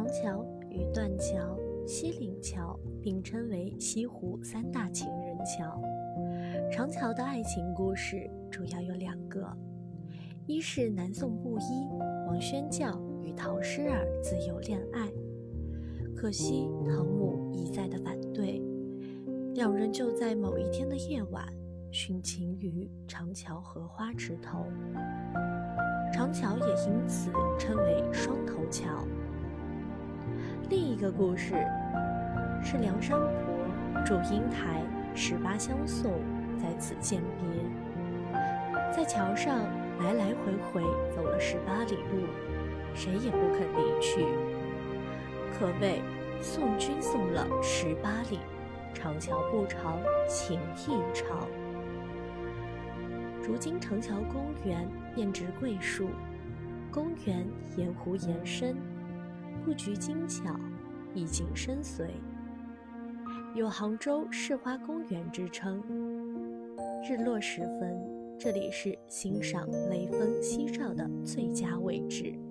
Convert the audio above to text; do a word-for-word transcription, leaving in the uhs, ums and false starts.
桥与断桥、西泠桥并称为西湖三大情人桥。长桥的爱情故事主要有两个，一是南宋布衣王宣教与陶师儿自幼恋爱，可惜陶母一再的反对，两人就在某一天的夜晚殉情于长桥荷花池头，长桥也因此称为双头桥。另一个故事是梁山伯、祝英台十八相送在此饯别，在桥上来来回回走了十八里路，谁也不肯离去，可谓送君送了十八里，长桥不长，情亦长。如今长桥公园遍植桂树，公园沿湖延伸，布局精巧，意境深邃，有杭州市花公园之称。日落时分，这里是欣赏雷锋夕照的最佳位置。